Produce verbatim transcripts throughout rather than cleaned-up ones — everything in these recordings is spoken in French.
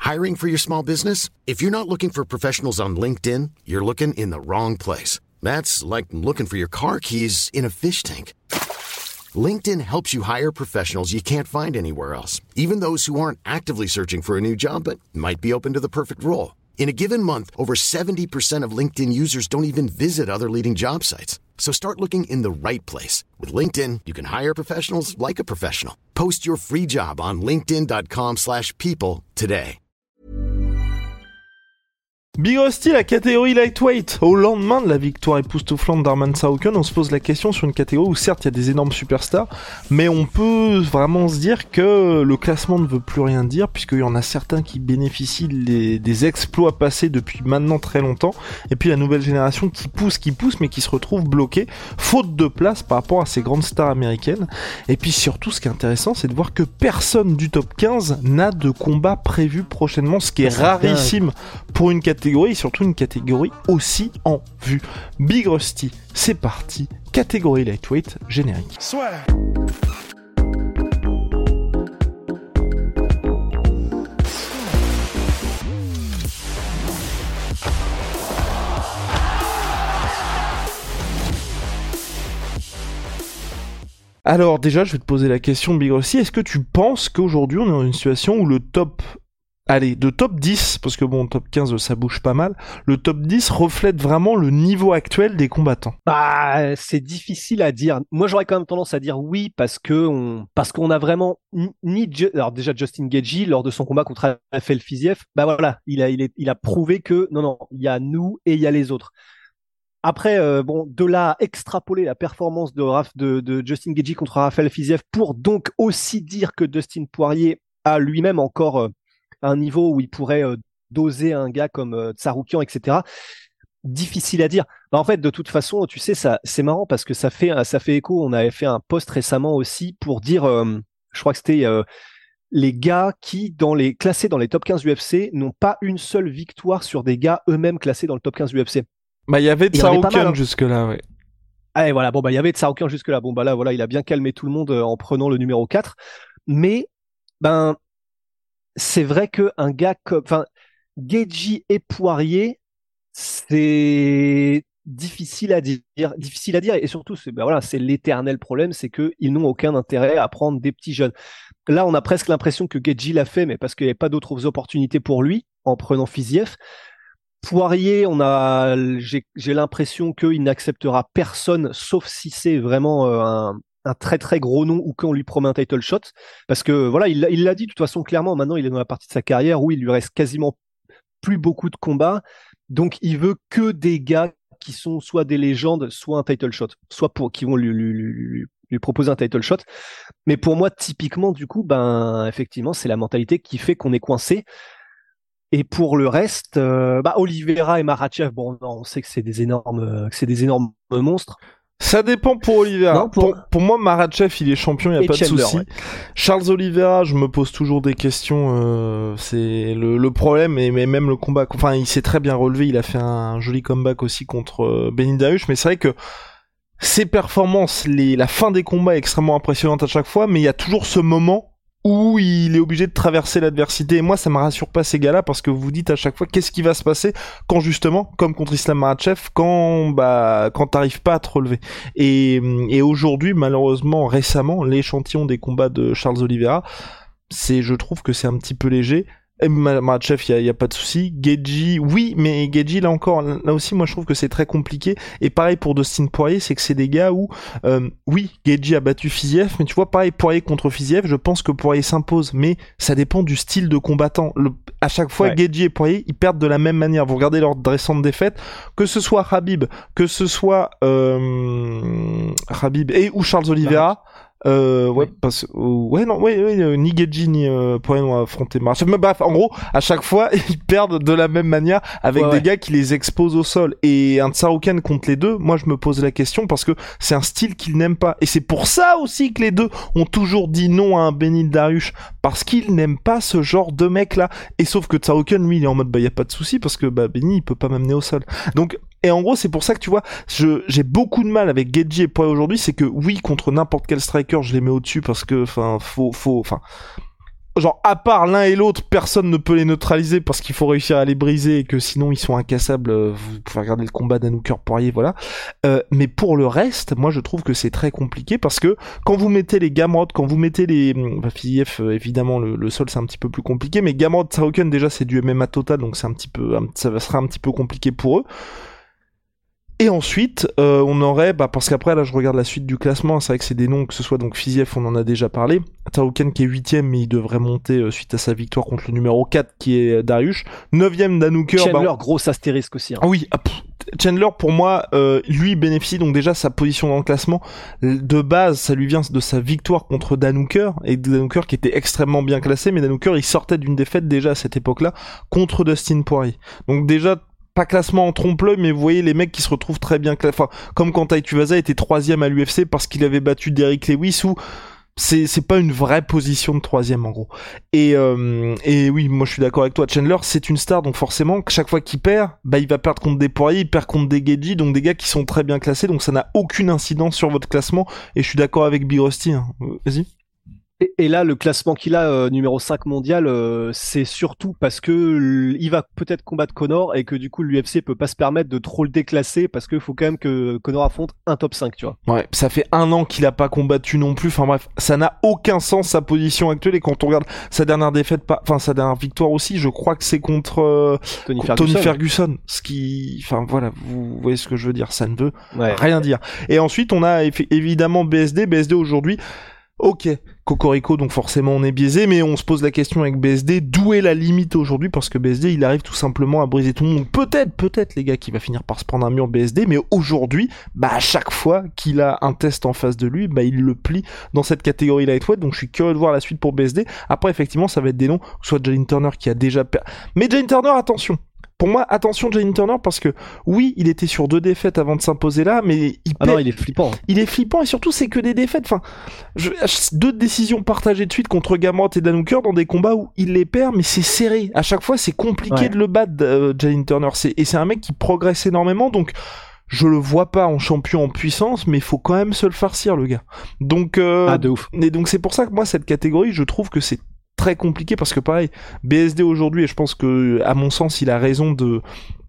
Hiring for your small business? If you're not looking for professionals on LinkedIn, you're looking in the wrong place. That's like looking for your car keys in a fish tank. LinkedIn helps you hire professionals you can't find anywhere else, even those who aren't actively searching for a new job but might be open to the perfect role. In a given month, over seventy percent of LinkedIn users don't even visit other leading job sites. So start looking in the right place. With LinkedIn, you can hire professionals like a professional. Post your free job on linkedin.com slash people today. Big Rusty, la catégorie lightweight. Au lendemain de la victoire époustouflante d'Arman Tsarukyan, on se pose la question sur une catégorie où certes il y a des énormes superstars, mais on peut vraiment se dire que le classement ne veut plus rien dire, puisqu'il y en a certains qui bénéficient des, des exploits passés depuis maintenant très longtemps, et puis la nouvelle génération qui pousse, qui pousse, mais qui se retrouve bloquée, faute de place par rapport à ces grandes stars américaines. Et puis surtout, ce qui est intéressant, c'est de voir que personne du top quinze n'a de combat prévu prochainement, ce qui est rarissime pour une catégorie, et surtout une catégorie aussi en vue. Big Rusty, c'est parti, catégorie lightweight, générique. Soit. Alors déjà, je vais te poser la question, Big Rusty, est-ce que tu penses qu'aujourd'hui on est dans une situation où le top Allez, de top dix, parce que bon, top quinze, ça bouge pas mal, le top dix reflète vraiment le niveau actuel des combattants? Bah, c'est difficile à dire. Moi, j'aurais quand même tendance à dire oui, parce que on, parce qu'on a vraiment ni, alors déjà Justin Gaethje, lors de son combat contre Rafael Fiziev, bah voilà, il a, il est, il a prouvé que non, non, il y a nous et il y a les autres. Après, euh, bon, de là à extrapoler la performance de, Raf, de, de Justin Gaethje contre Rafael Fiziev pour donc aussi dire que Dustin Poirier a lui-même encore euh, un niveau où il pourrait euh, doser un gars comme euh, Tsarukyan, et cetera. Difficile à dire. Bah, en fait, de toute façon, tu sais, ça, c'est marrant parce que ça fait, ça fait écho. On avait fait un post récemment aussi pour dire, euh, je crois que c'était euh, les gars qui, dans les classés dans les top quinze U F C, n'ont pas une seule victoire sur des gars eux-mêmes classés dans le top quinze U F C. Bah, il y avait Tsarukyan hein. jusque-là, ouais. Ah, et voilà, bon, bah, il y avait Tsarukyan jusque-là. Bon, bah là, voilà, il a bien calmé tout le monde euh, en prenant le numéro quatre. Mais, ben, c'est vrai que un gars comme, enfin, Gaethje et Poirier, c'est difficile à dire, difficile à dire, et surtout, c'est, ben voilà, c'est l'éternel problème, c'est que ils n'ont aucun intérêt à prendre des petits jeunes. Là, on a presque l'impression que Gaethje l'a fait, mais parce qu'il n'y avait pas d'autres opportunités pour lui en prenant Fiziev. Poirier, on a, j'ai, j'ai l'impression qu'il n'acceptera personne, sauf si c'est vraiment euh, un un très très gros nom ou qu'on lui promet un title shot, parce que voilà, il, il l'a dit de toute façon clairement, maintenant il est dans la partie de sa carrière où il lui reste quasiment plus beaucoup de combats, donc il veut que des gars qui sont soit des légendes, soit un title shot, soit pour qui vont lui, lui, lui, lui, lui proposer un title shot. Mais pour moi, typiquement, du coup, ben effectivement, c'est la mentalité qui fait qu'on est coincé. Et pour le reste, euh, bah, Oliveira et Makhachev, bon, on sait que c'est des énormes, que c'est des énormes monstres. Ça dépend pour Oliveira. Non, pour... Pour, pour moi, Makhachev, il est champion, il n'y a pas Chandler, de souci. Ouais. Charles Oliveira, je me pose toujours des questions. Euh, c'est le, le problème, et mais même le combat. Enfin, il s'est très bien relevé. Il a fait un joli comeback aussi contre euh, Beneil Dariush. Mais c'est vrai que ses performances, les, la fin des combats est extrêmement impressionnante à chaque fois. Mais il y a toujours ce moment où il est obligé de traverser l'adversité. Et moi, ça me rassure pas ces gars-là, parce que vous vous dites à chaque fois qu'est-ce qui va se passer quand justement, comme contre Islam Makhachev, quand bah quand t'arrives pas à te relever. Et, et aujourd'hui, malheureusement, récemment, l'échantillon des combats de Charles Oliveira, c'est, je trouve que c'est un petit peu léger. Makhachev, il y a, y a pas de souci. Gaethje, oui, mais Gaethje, là encore, là aussi, moi je trouve que c'est très compliqué. Et pareil pour Dustin Poirier, c'est que c'est des gars où, euh, oui, Gaethje a battu Fiziev, mais tu vois, pareil, Poirier contre Fiziev, je pense que Poirier s'impose, mais ça dépend du style de combattant. Le, à chaque fois, ouais. Gaethje et Poirier, ils perdent de la même manière. Vous regardez leurs récentes défaites, que ce soit Khabib, que ce soit euh, Khabib et ou Charles Oliveira. Euh, ouais, oui. parce, euh, ouais, non, ouais, ouais, euh, ni Gaethje ni euh, Poirier n'ont affronté Makhachev. Mais bref, en gros, à chaque fois, ils perdent de la même manière avec ouais, des ouais. gars qui les exposent au sol. Et un Tsarukyan contre les deux, moi je me pose la question parce que c'est un style qu'ils n'aiment pas. Et c'est pour ça aussi que les deux ont toujours dit non à un Beneil Dariush, parce qu'ils n'aiment pas ce genre de mec-là. Et sauf que Tsarukyan, lui, il est en mode, bah, y a pas de souci parce que, bah, Beneil, il peut pas m'amener au sol. Donc, et en gros, c'est pour ça que tu vois, je, j'ai beaucoup de mal avec Gaethje et Poirier aujourd'hui, c'est que oui, contre n'importe quel striker, je les mets au-dessus parce que, enfin, faut, faut, enfin, genre à part l'un et l'autre, personne ne peut les neutraliser parce qu'il faut réussir à les briser et que sinon ils sont incassables. Vous pouvez regarder le combat d'Anouker Poirier, voilà. Euh, mais pour le reste, moi je trouve que c'est très compliqué parce que quand vous mettez les Gamrot, quand vous mettez les bah, Fiziev, euh, évidemment le, le sol c'est un petit peu plus compliqué, mais Gamrot, Tsarukyan déjà c'est du M M A total, donc c'est un petit peu, ça sera un petit peu compliqué pour eux. Et ensuite, euh, on aurait, bah, parce qu'après, là, je regarde la suite du classement, c'est vrai que c'est des noms, que ce soit donc Fiziev, on en a déjà parlé, Tsarukyan qui est huitième, mais il devrait monter euh, suite à sa victoire contre le numéro quatre, qui est Dariush, neuvième d'Anouker. Chandler, bah, gros astérisque aussi. Hein. Ah oui, ah, pff, Chandler, pour moi, euh, lui bénéficie donc déjà sa position dans le classement. De base, ça lui vient de sa victoire contre Danouker, et Danouker qui était extrêmement bien classé, mais Danouker, il sortait d'une défaite déjà à cette époque-là, contre Dustin Poirier. Donc déjà, pas classement en trompe-l'œil, mais vous voyez les mecs qui se retrouvent très bien classés. Enfin, comme quand Tai Tuivasa était troisième à l'U F C parce qu'il avait battu Derrick Lewis, ou c'est c'est pas une vraie position de troisième en gros. Et euh, et oui, moi je suis d'accord avec toi. Chandler c'est une star, donc forcément chaque fois qu'il perd, bah il va perdre contre des Poirier, il perd contre des Gaethje, donc des gars qui sont très bien classés, donc ça n'a aucune incidence sur votre classement. Et je suis d'accord avec Big Rusty. Hein. Vas-y. Et, et là, le classement qu'il a, euh, numéro cinq mondial, euh, c'est surtout parce que l- il va peut-être combattre Conor et que du coup l'U F C peut pas se permettre de trop le déclasser parce qu'il faut quand même que Conor affronte un top cinq, tu vois. Ouais, ça fait un an qu'il a pas combattu non plus. Enfin bref, ça n'a aucun sens sa position actuelle. Et quand on regarde sa dernière défaite, pas, enfin sa dernière victoire aussi, je crois que c'est contre euh, Tony contre Ferguson. Tony Ferguson. Ce qui, enfin voilà, vous voyez ce que je veux dire. Ça ne veut Ouais. rien dire. Et ensuite, on a eff- évidemment B S D. B S D aujourd'hui. Ok, Cocorico, donc forcément on est biaisé, mais on se pose la question avec B S D, d'où est la limite aujourd'hui, parce que B S D il arrive tout simplement à briser tout le monde. Peut-être, peut-être les gars, qu'il va finir par se prendre un mur B S D, mais aujourd'hui, bah à chaque fois qu'il a un test en face de lui, bah il le plie dans cette catégorie lightweight, donc je suis curieux de voir la suite pour B S D. Après effectivement ça va être des noms, soit Jalen Turner qui a déjà per... mais Jalen Turner, attention. Pour moi, attention Jalen Turner, parce que oui, il était sur deux défaites avant de s'imposer là, mais il Ah perd... non, il est flippant. Il est flippant, et surtout c'est que des défaites. Enfin, je... deux décisions partagées de suite contre Gamrot et Danouker dans des combats où il les perd, mais c'est serré. À chaque fois, c'est compliqué Ouais. de le battre, euh, Jalen Turner. C'est... Et c'est un mec qui progresse énormément, donc je le vois pas en champion en puissance, mais il faut quand même se le farcir, le gars. Donc, euh... Ah, de ouf. et donc c'est pour ça que moi cette catégorie, je trouve que c'est très compliqué, parce que pareil, B S D aujourd'hui, et je pense que à mon sens, il a raison de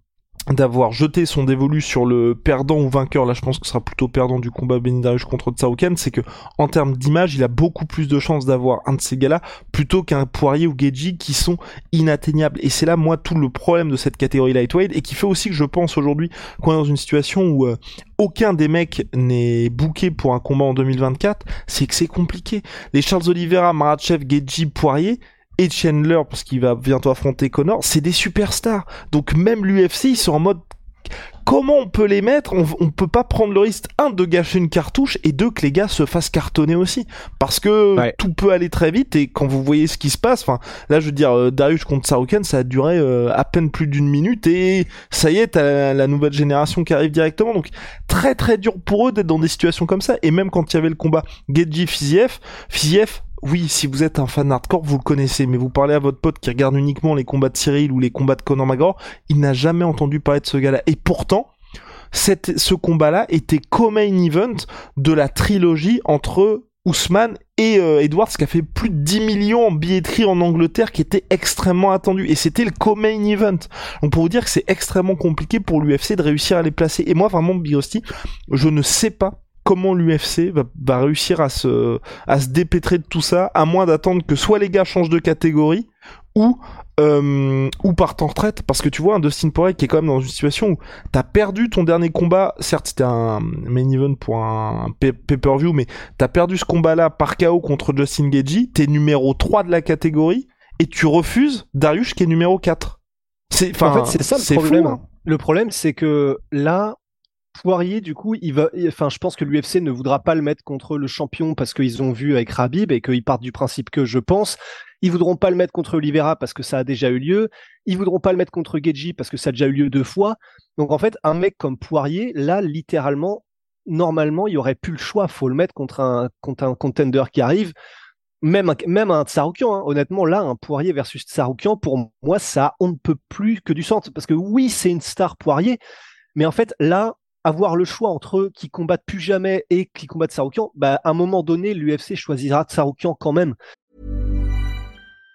d'avoir jeté son dévolu sur le perdant ou vainqueur. Là je pense que ce sera plutôt perdant du combat Beneil Dariush contre Tsarukyan. C'est que en termes d'image, il a beaucoup plus de chances d'avoir un de ces gars-là plutôt qu'un Poirier ou Gaethje qui sont inatteignables. Et c'est là moi tout le problème de cette catégorie lightweight, et qui fait aussi que je pense aujourd'hui qu'on est dans une situation où euh, aucun des mecs n'est booké pour un combat en deux mille vingt-quatre. C'est que c'est compliqué. Les Charles Oliveira, Makhachev, Gaethje, Poirier et Chandler, parce qu'il va bientôt affronter Conor, c'est des superstars. Donc même l'U F C, ils sont en mode comment on peut les mettre? on, on peut pas prendre le risque, un, de gâcher une cartouche, et deux, que les gars se fassent cartonner aussi. Parce que Ouais. tout peut aller très vite, et quand vous voyez ce qui se passe, enfin, là, je veux dire, euh, Dariush contre Tsarukyan, ça a duré euh, à peine plus d'une minute, et ça y est, t'as la, la nouvelle génération qui arrive directement. Donc, très très dur pour eux d'être dans des situations comme ça. Et même quand il y avait le combat Gaethje-Fiziev, Fiziev, oui, si vous êtes un fan hardcore, vous le connaissez, mais vous parlez à votre pote qui regarde uniquement les combats de Cyril ou les combats de Conor McGregor, il n'a jamais entendu parler de ce gars-là. Et pourtant, cette, ce combat-là était co-main event de la trilogie entre Ousmane et euh, Edwards, qui a fait plus de dix millions en billetterie en Angleterre, qui était extrêmement attendu. Et c'était le co-main event. Donc pour vous dire que c'est extrêmement compliqué pour l'U F C de réussir à les placer. Et moi, vraiment, Big Rusty, je ne sais pas comment l'U F C va, va réussir à se, à se dépêtrer de tout ça, à moins d'attendre que soit les gars changent de catégorie, ou, euh, ou partent en retraite. Parce que tu vois, un Dustin Poirier qui est quand même dans une situation où t'as perdu ton dernier combat, certes c'était un main event pour un pay- pay-per-view, mais t'as perdu ce combat-là par K O contre Justin Gaethje, t'es numéro trois de la catégorie, et tu refuses Dariush qui est numéro quatre. C'est, En enfin, fait, c'est ça le c'est problème. fou, hein. Le problème, c'est que là, Poirier, du coup, il va, il- enfin, je pense que l'U F C ne voudra pas le mettre contre le champion parce qu'ils ont vu avec Khabib et qu'ils partent du principe que, je pense, ils voudront pas le mettre contre Oliveira parce que ça a déjà eu lieu. Ils voudront pas le mettre contre Gaethje parce que ça a déjà eu lieu deux fois. Donc, en fait, un mec comme Poirier, là, littéralement, normalement, il y aurait plus le choix. Faut le mettre contre un, contre un contender qui arrive. Même un, même un Tsarukyan, hein. Honnêtement, là, un Poirier versus Tsarukyan, pour moi, ça, on ne peut plus que du sens. Parce que oui, c'est une star Poirier, mais en fait, là, avoir le choix entre eux qui combattent plus jamais et qui combattent Tsarukyan, bah, à un moment donné, l'U F C choisira Tsarukyan quand même.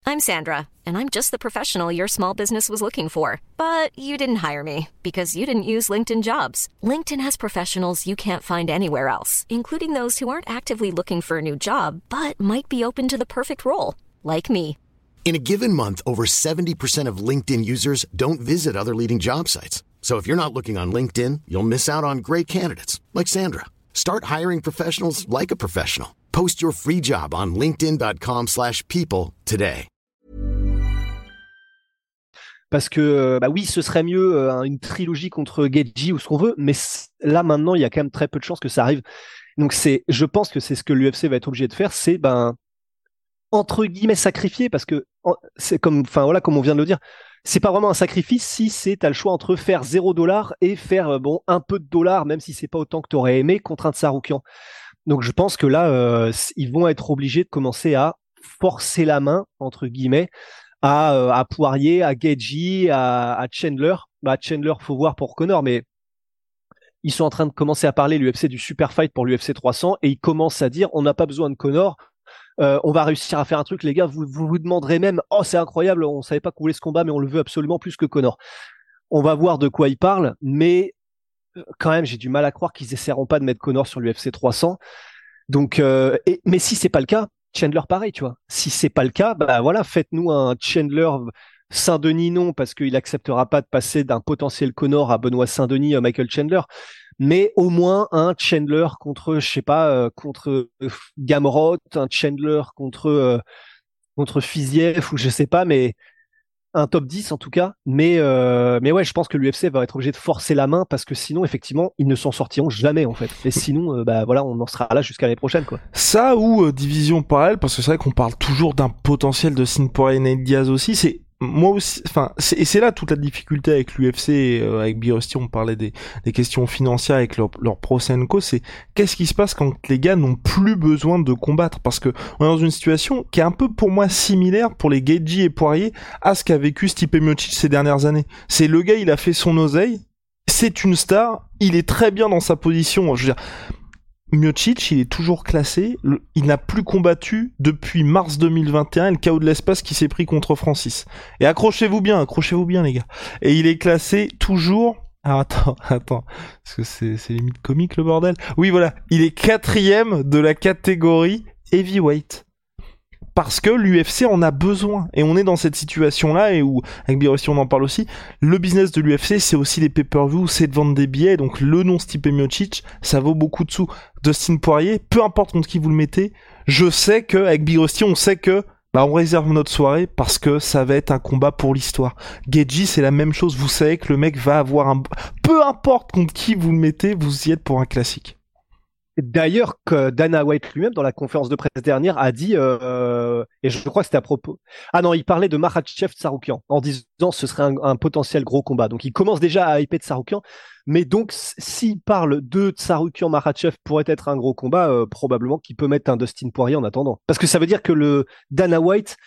I'm Sandra, and I'm just the professional your small business was looking for. But you didn't hire me because you didn't use LinkedIn Jobs. LinkedIn has professionals you can't find anywhere else, including those who aren't actively looking for a new job, but might be open to the perfect role, like me. In a given month, over seventy percent of LinkedIn users don't visit other leading job sites. So if you're not looking on LinkedIn, you'll miss out on great candidates like Sandra. Start hiring professionals like a professional. Post your free job on linkedin dot com slash people today. Parce que, bah oui, ce serait mieux euh, une trilogie contre Geji ou ce qu'on veut, mais là maintenant, il y a quand même très peu de chances que ça arrive. Donc c'est, je pense que c'est ce que l'U F C va être obligé de faire, c'est ben entre guillemets sacrifier, parce que c'est comme, enfin voilà, comme on vient de le dire, c'est pas vraiment un sacrifice si c'est t'as le choix entre faire zéro dollar et faire bon un peu de dollars, même si c'est pas autant que t'aurais aimé contre un Tsarukyan. Donc je pense que là, euh, ils vont être obligés de commencer à forcer la main entre guillemets. À, euh, à Poirier, à Geji, à, à Chandler. Bah, Chandler, faut voir pour Conor, mais ils sont en train de commencer à parler, l'U F C, du super fight pour l'U F C trois cents, et ils commencent à dire, on n'a pas besoin de Conor, euh, on va réussir à faire un truc, les gars, vous vous, vous demanderez même, oh, c'est incroyable, on savait pas qu'on voulait ce combat, mais on le veut absolument plus que Conor. On va voir de quoi ils parlent, mais quand même, j'ai du mal à croire qu'ils essaieront pas de mettre Conor sur l'U F C trois cents. Donc, euh, et, mais si c'est pas le cas, Chandler pareil, tu vois. Si c'est pas le cas, bah voilà, faites-nous un Chandler Saint-Denis non, parce qu'il acceptera pas de passer d'un potentiel Conor à Benoît Saint-Denis, euh, Michael Chandler, mais au moins un Chandler contre, je sais pas, euh, contre euh, Gamrot, un Chandler contre euh, contre Fiziev ou je sais pas, mais un top dix en tout cas. Mais euh, mais ouais, je pense que l'U F C va être obligé de forcer la main parce que sinon effectivement ils ne s'en sortiront jamais en fait. Et sinon euh, bah voilà, on en sera là jusqu'à l'année prochaine quoi. Ça ou euh, division parallèle, parce que c'est vrai qu'on parle toujours d'un potentiel de Dustin Poirier et Nate Diaz aussi. C'est moi aussi, enfin, et c'est là toute la difficulté avec l'U F C, euh, avec Big Rusty, on parlait des, des questions financières avec leur, leur pro Senko, c'est qu'est-ce qui se passe quand les gars n'ont plus besoin de combattre, parce que on est dans une situation qui est un peu pour moi similaire pour les Geji et Poirier à ce qu'a vécu Stipe Miocic ces dernières années. C'est le gars, il a fait son oseille, c'est une star, il est très bien dans sa position, je veux dire, Miocic, il est toujours classé, le, il n'a plus combattu depuis mars deux mille vingt et un, le K O de l'espace qui s'est pris contre Francis. Et accrochez-vous bien, accrochez-vous bien les gars. Et il est classé toujours... Ah, attends, attends, parce que c'est, c'est limite comique le bordel. Oui voilà, il est quatrième de la catégorie heavyweight. Parce que l'U F C en a besoin. Et on est dans cette situation-là, et où, avec Birossi on en parle aussi, le business de l'U F C, c'est aussi les pay-per-view, c'est de vendre des billets, donc le nom Stipe Miocic, ça vaut beaucoup de sous. Dustin Poirier, peu importe contre qui vous le mettez, je sais que, avec Birossi, on sait que, bah, on réserve notre soirée parce que ça va être un combat pour l'histoire. Geji, c'est la même chose, vous savez que le mec va avoir un, peu importe contre qui vous le mettez, vous y êtes pour un classique. D'ailleurs, que Dana White lui-même, dans la conférence de presse dernière, a dit, euh, et je crois que c'était à propos... Ah non, il parlait de Makhachev Tsarukyan, en disant ce serait un, un potentiel gros combat. Donc il commence déjà à hyper Tsarukyan, mais donc s'il parle de Tsarukyan Makhachev pourrait être un gros combat, euh, probablement qu'il peut mettre un Dustin Poirier en attendant. Parce que ça veut dire que le Dana White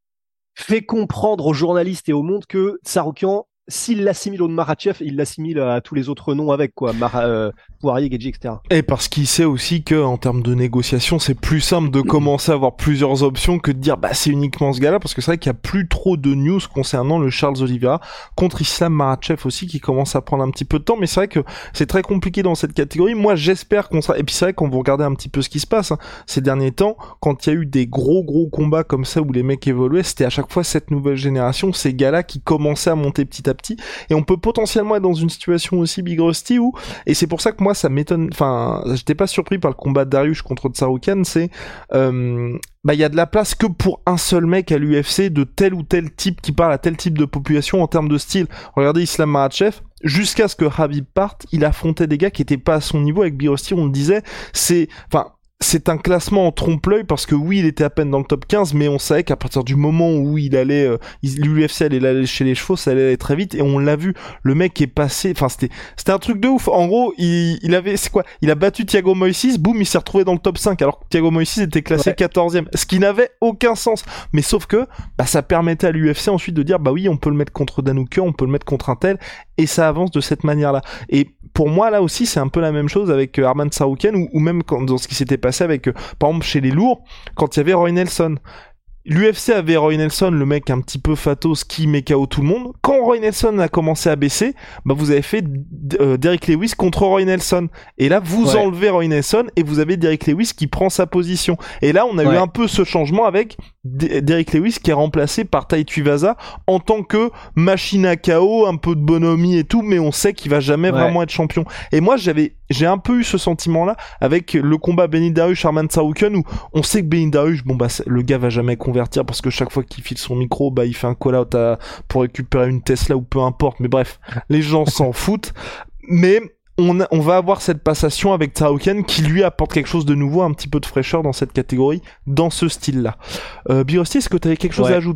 fait comprendre aux journalistes et au monde que Tsarukyan, s'il l'assimile au Makhachev, il l'assimile à tous les autres noms avec, quoi, Mar- euh, Poirier, Geji, et cetera. Et parce qu'il sait aussi que, en termes de négociation, c'est plus simple de commencer à avoir plusieurs options que de dire, bah, c'est uniquement ce gars-là, parce que c'est vrai qu'il y a plus trop de news concernant le Charles Oliveira contre Islam Makhachev aussi, qui commence à prendre un petit peu de temps, mais c'est vrai que c'est très compliqué dans cette catégorie. Moi, j'espère qu'on sera, et puis c'est vrai qu'on va regarder un petit peu ce qui se passe, hein, ces derniers temps, quand il y a eu des gros gros combats comme ça où les mecs évoluaient, c'était à chaque fois cette nouvelle génération, ces gars-là qui commençaient à monter petit à petit, et on peut potentiellement être dans une situation aussi Big Rusty où, et c'est pour ça que moi ça m'étonne, enfin j'étais pas surpris par le combat de Dariush contre Tsarukyan, c'est euh, bah il y a de la place que pour un seul mec à l'U F C de tel ou tel type qui parle à tel type de population en termes de style. Regardez Islam Makhachev, jusqu'à ce que Khabib parte, il affrontait des gars qui étaient pas à son niveau. Avec Big Rusty on le disait, c'est, enfin c'est un classement en trompe-l'œil parce que oui, il était à peine dans le top quinze, mais on savait qu'à partir du moment où il allait, euh, l'U F C allait aller chez les chevaux, ça allait aller très vite, et on l'a vu, le mec est passé, enfin c'était, c'était un truc de ouf. En gros, il, il avait, c'est quoi, il a battu Thiago Moises, boum, il s'est retrouvé dans le top cinq, alors que Thiago Moises était classé ouais. quatorzième, ce qui n'avait aucun sens. Mais sauf que, bah, ça permettait à l'U F C ensuite de dire, bah oui, on peut le mettre contre Danuka, on peut le mettre contre un tel, et ça avance de cette manière-là. Et pour moi, là aussi, c'est un peu la même chose avec euh, Arman Tsarukyan, ou, ou même quand, dans ce qui s'était passé avec, euh, par exemple, chez les lourds, quand il y avait Roy Nelson. l'U F C avait Roy Nelson, le mec un petit peu fatos qui met K O tout le monde. Quand Roy Nelson a commencé à baisser, bah vous avez fait euh, Derrick Lewis contre Roy Nelson. Et là, vous ouais. enlevez Roy Nelson et vous avez Derrick Lewis qui prend sa position. Et là, on a ouais. eu un peu ce changement avec D- Derrick Lewis qui est remplacé par Tai Tuivasa en tant que machine à K O, un peu de bonhomie et tout, mais on sait qu'il va jamais ouais. vraiment être champion. Et moi, j'avais, j'ai un peu eu ce sentiment-là avec le combat Beneil Dariush Arman Tsarukyan où on sait que Beneil Dariush, bon bah le gars va jamais convertir parce que chaque fois qu'il file son micro, bah il fait un call-out à, pour récupérer une Tesla ou peu importe. Mais bref, les gens s'en foutent. Mais On, a, on va avoir cette passation avec Tsarukyan qui lui apporte quelque chose de nouveau, un petit peu de fraîcheur dans cette catégorie, dans ce style-là. Euh, Big Rusty, est-ce que tu avais quelque chose ouais. à ajouter ?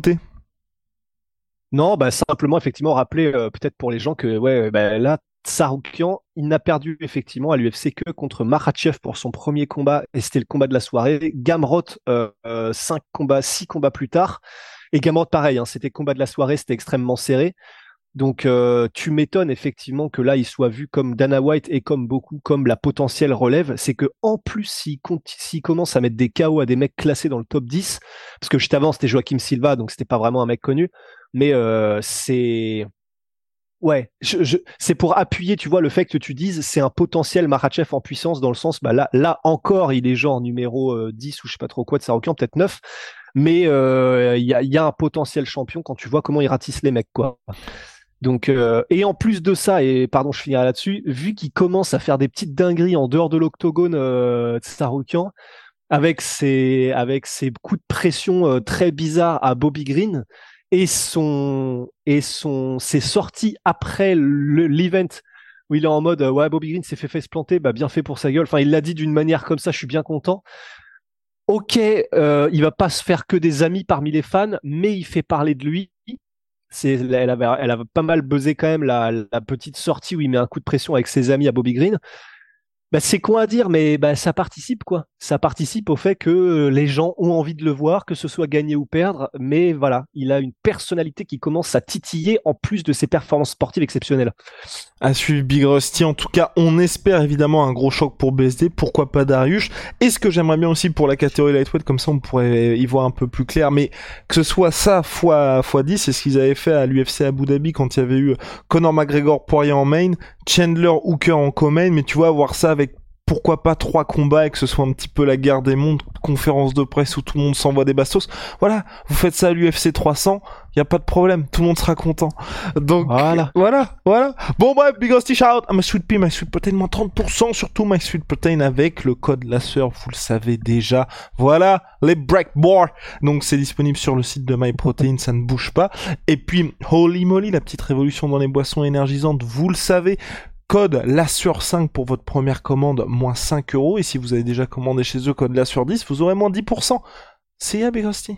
Non, bah simplement effectivement rappeler euh, peut-être pour les gens que ouais, bah, là Tsarukyan, il n'a perdu effectivement à l'U F C que contre Makhachev pour son premier combat et c'était le combat de la soirée. Gamrot, euh, euh, cinq combats, six combats plus tard. Et Gamrot pareil, hein, c'était combat de la soirée, c'était extrêmement serré. Donc euh, tu m'étonnes effectivement que là il soit vu comme Dana White et comme beaucoup comme la potentielle relève, c'est que en plus s'il, compte, s'il commence à mettre des K O à des mecs classés dans le top dix, parce que juste avant c'était Joaquim Silva donc c'était pas vraiment un mec connu, mais euh, c'est ouais, je, je... c'est pour appuyer tu vois le fait que tu dises c'est un potentiel Makhachev en puissance dans le sens bah là là encore il est genre numéro euh, dix ou je sais pas trop quoi de Tsarukyan, peut-être neuf, mais il euh, y a il y a un potentiel champion quand tu vois comment il ratisse les mecs quoi. Donc euh, et en plus de ça, et pardon, je finirai là-dessus, vu qu'il commence à faire des petites dingueries en dehors de l'octogone, euh, Tsarukyan, avec ses avec ses coups de pression euh, très bizarres à Bobby Green et son et son ses sorties après le, l'event où il est en mode ouais Bobby Green s'est fait face planter, bah bien fait pour sa gueule. Enfin, il l'a dit d'une manière comme ça, je suis bien content. Ok, euh, il va pas se faire que des amis parmi les fans, mais il fait parler de lui. C'est, elle avait, elle avait pas mal buzzé quand même la, la petite sortie où il met un coup de pression avec ses amis à Bobby Green. Bah, c'est con à dire, mais bah, ça participe quoi. Ça participe au fait que les gens ont envie de le voir, que ce soit gagner ou perdre. Mais voilà, il a une personnalité qui commence à titiller en plus de ses performances sportives exceptionnelles. À suivre Big Rusty. En tout cas, on espère évidemment un gros choc pour B S D. Pourquoi pas Dariush. Et ce que j'aimerais bien aussi pour la catégorie lightweight, comme ça on pourrait y voir un peu plus clair. Mais que ce soit ça fois fois dix, c'est ce qu'ils avaient fait à l'U F C Abu Dhabi quand il y avait eu Conor McGregor Poirier en main, Chandler Hooker en co-main. Mais tu vois, voir ça avec pourquoi pas trois combats et que ce soit un petit peu la guerre des mondes, conférence de presse où tout le monde s'envoie des bastos. Voilà, vous faites ça à l'U F C trois cents, y a pas de problème, tout le monde sera content. Donc voilà, voilà, voilà. Bon bref, Big Rusty shout out à My Sweet Pea, My Sweet Protein, moins trente pour cent, surtout My Sweet Protein avec le code LASSEUR, vous le savez déjà. Voilà, les breakboards. Donc c'est disponible sur le site de MyProtein, ça ne bouge pas. Et puis, holy moly, la petite révolution dans les boissons énergisantes, vous le savez. Code LASSEUR cinq pour votre première commande, moins cinq euros. Et si vous avez déjà commandé chez eux, code LASSEUR dix, vous aurez moins dix pour cent. C'est ya, Big Rusty.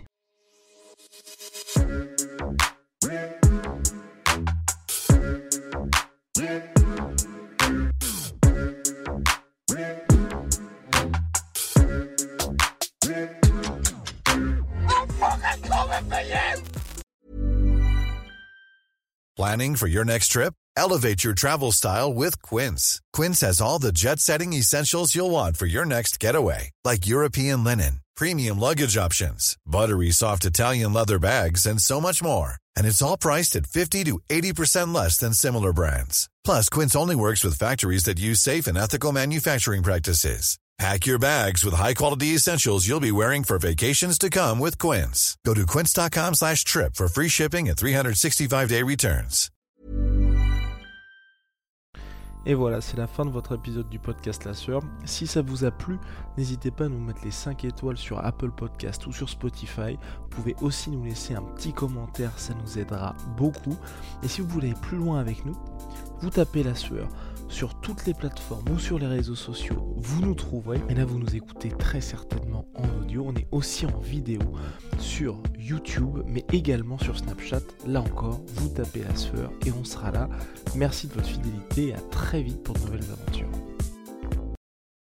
Planning for your next trip? Elevate your travel style with Quince. Quince has all the jet-setting essentials you'll want for your next getaway, like European linen, premium luggage options, buttery soft Italian leather bags, and so much more. And it's all priced at fifty to eighty percent less than similar brands. Plus, Quince only works with factories that use safe and ethical manufacturing practices. Pack your bags with high-quality essentials you'll be wearing for vacations to come with Quince. Go to quince.com slash trip for free shipping and three sixty-five day returns. Et voilà, c'est la fin de votre épisode du podcast La Sœur. Si ça vous a plu, n'hésitez pas à nous mettre les cinq étoiles sur Apple Podcast ou sur Spotify. Vous pouvez aussi nous laisser un petit commentaire, ça nous aidera beaucoup. Et si vous voulez aller plus loin avec nous, vous tapez La Sueur sur toutes les plateformes ou sur les réseaux sociaux, vous nous trouverez. Et là, vous nous écoutez très certainement en audio. On est aussi en vidéo sur YouTube, mais également sur Snapchat. Là encore, vous tapez La Sueur et on sera là. Merci de votre fidélité et à très vite pour de nouvelles aventures.